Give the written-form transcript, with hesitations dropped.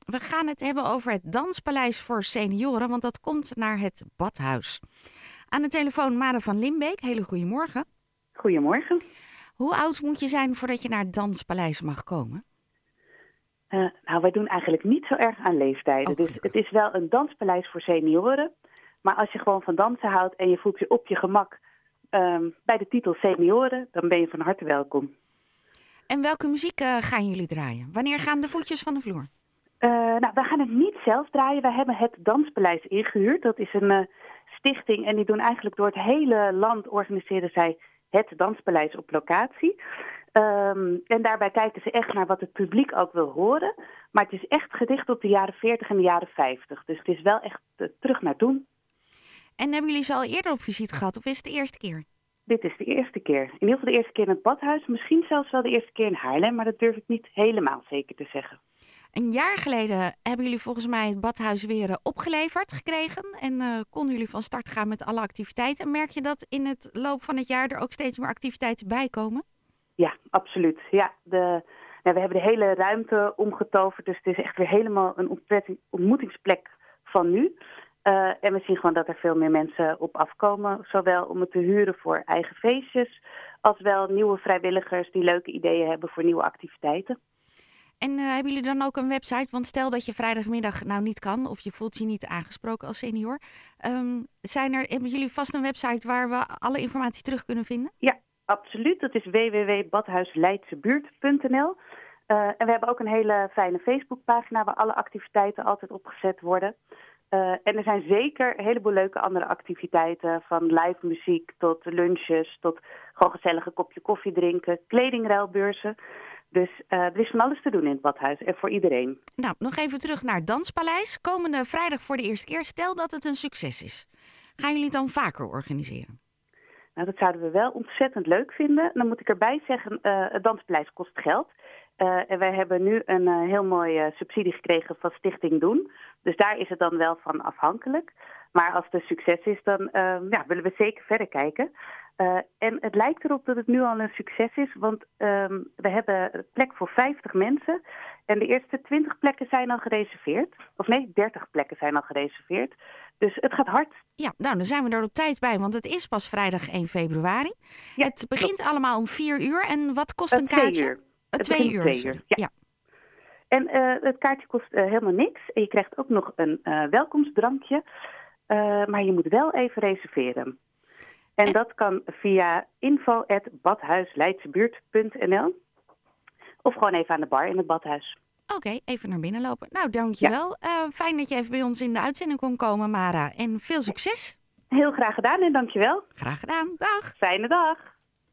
We gaan het hebben over het Danspaleis voor senioren, want dat komt naar het Badhuis. Aan de telefoon Mare van Limbeek. Hele goedemorgen. Goedemorgen. Hoe oud moet je zijn voordat je naar het Danspaleis mag komen? Wij doen eigenlijk niet zo erg aan leeftijden. Dus het is wel een danspaleis voor senioren. Maar als je gewoon van dansen houdt en je voelt je op je gemak bij de titel senioren, dan ben je van harte welkom. En welke muziek gaan jullie draaien? Wanneer gaan de voetjes van de vloer? Wij gaan het niet zelf draaien. Wij hebben het Danspaleis ingehuurd. Dat is een stichting en die doen eigenlijk door het hele land organiseren zij het Danspaleis op locatie. En daarbij kijken ze echt naar wat het publiek ook wil horen. Maar het is echt gericht op de jaren 40 en de jaren 50. Dus het is wel echt terug naar toen. En hebben jullie ze al eerder op visite gehad of is het de eerste keer? Dit is de eerste keer. In ieder geval de eerste keer in het Badhuis. Misschien zelfs wel de eerste keer in Haarlem. Maar dat durf ik niet helemaal zeker te zeggen. Een jaar geleden hebben jullie volgens mij het Badhuis weer opgeleverd gekregen. En konden jullie van start gaan met alle activiteiten. En merk je dat in het loop van het jaar er ook steeds meer activiteiten bij komen? Ja, absoluut. Ja, we hebben de hele ruimte omgetoverd. Dus het is echt weer helemaal een ontmoetingsplek van nu. En we zien gewoon dat er veel meer mensen op afkomen. Zowel om het te huren voor eigen feestjes, als wel nieuwe vrijwilligers die leuke ideeën hebben voor nieuwe activiteiten. En hebben jullie dan ook een website? Want stel dat je vrijdagmiddag nou niet kan of je voelt je niet aangesproken als senior. Hebben jullie vast een website waar we alle informatie terug kunnen vinden? Ja, absoluut. Dat is www.badhuisleidsebuurt.nl. En we hebben ook een hele fijne Facebookpagina waar alle activiteiten altijd opgezet worden. En er zijn zeker een heleboel leuke andere activiteiten. Van live muziek tot lunches, tot gewoon gezellige kopje koffie drinken, kledingruilbeurzen. Dus er is van alles te doen in het Badhuis en voor iedereen. Nou, nog even terug naar het Danspaleis. Komende vrijdag voor de eerste keer. Stel dat het een succes is. Gaan jullie het dan vaker organiseren? Nou, dat zouden we wel ontzettend leuk vinden. Dan moet ik erbij zeggen, het Danspaleis kost geld. En wij hebben nu een heel mooie subsidie gekregen van Stichting Doen. Dus daar is het dan wel van afhankelijk. Maar als het een succes is, dan willen we zeker verder kijken. En het lijkt erop dat het nu al een succes is, want we hebben plek voor 50 mensen. En de eerste 20 plekken zijn al gereserveerd. Of nee, 30 plekken zijn al gereserveerd. Dus het gaat hard. Ja, nou dan zijn we er op tijd bij, want het is pas vrijdag 1 februari. Ja, het begint klopt. allemaal om 4 uur. En wat kost een 2 kaartje? uur. Het 2 uur. 2 uur, ja. En het kaartje kost helemaal niks. En je krijgt ook nog een welkomstdrankje. Maar je moet wel even reserveren. En dat kan via info@badhuisleidsebuurt.nl of gewoon even aan de bar in het Badhuis. Oké, even naar binnen lopen. Nou, dankjewel. Ja. Fijn dat je even bij ons in de uitzending kon komen, Mara. En veel succes. Heel graag gedaan en dankjewel. Graag gedaan. Dag. Fijne dag.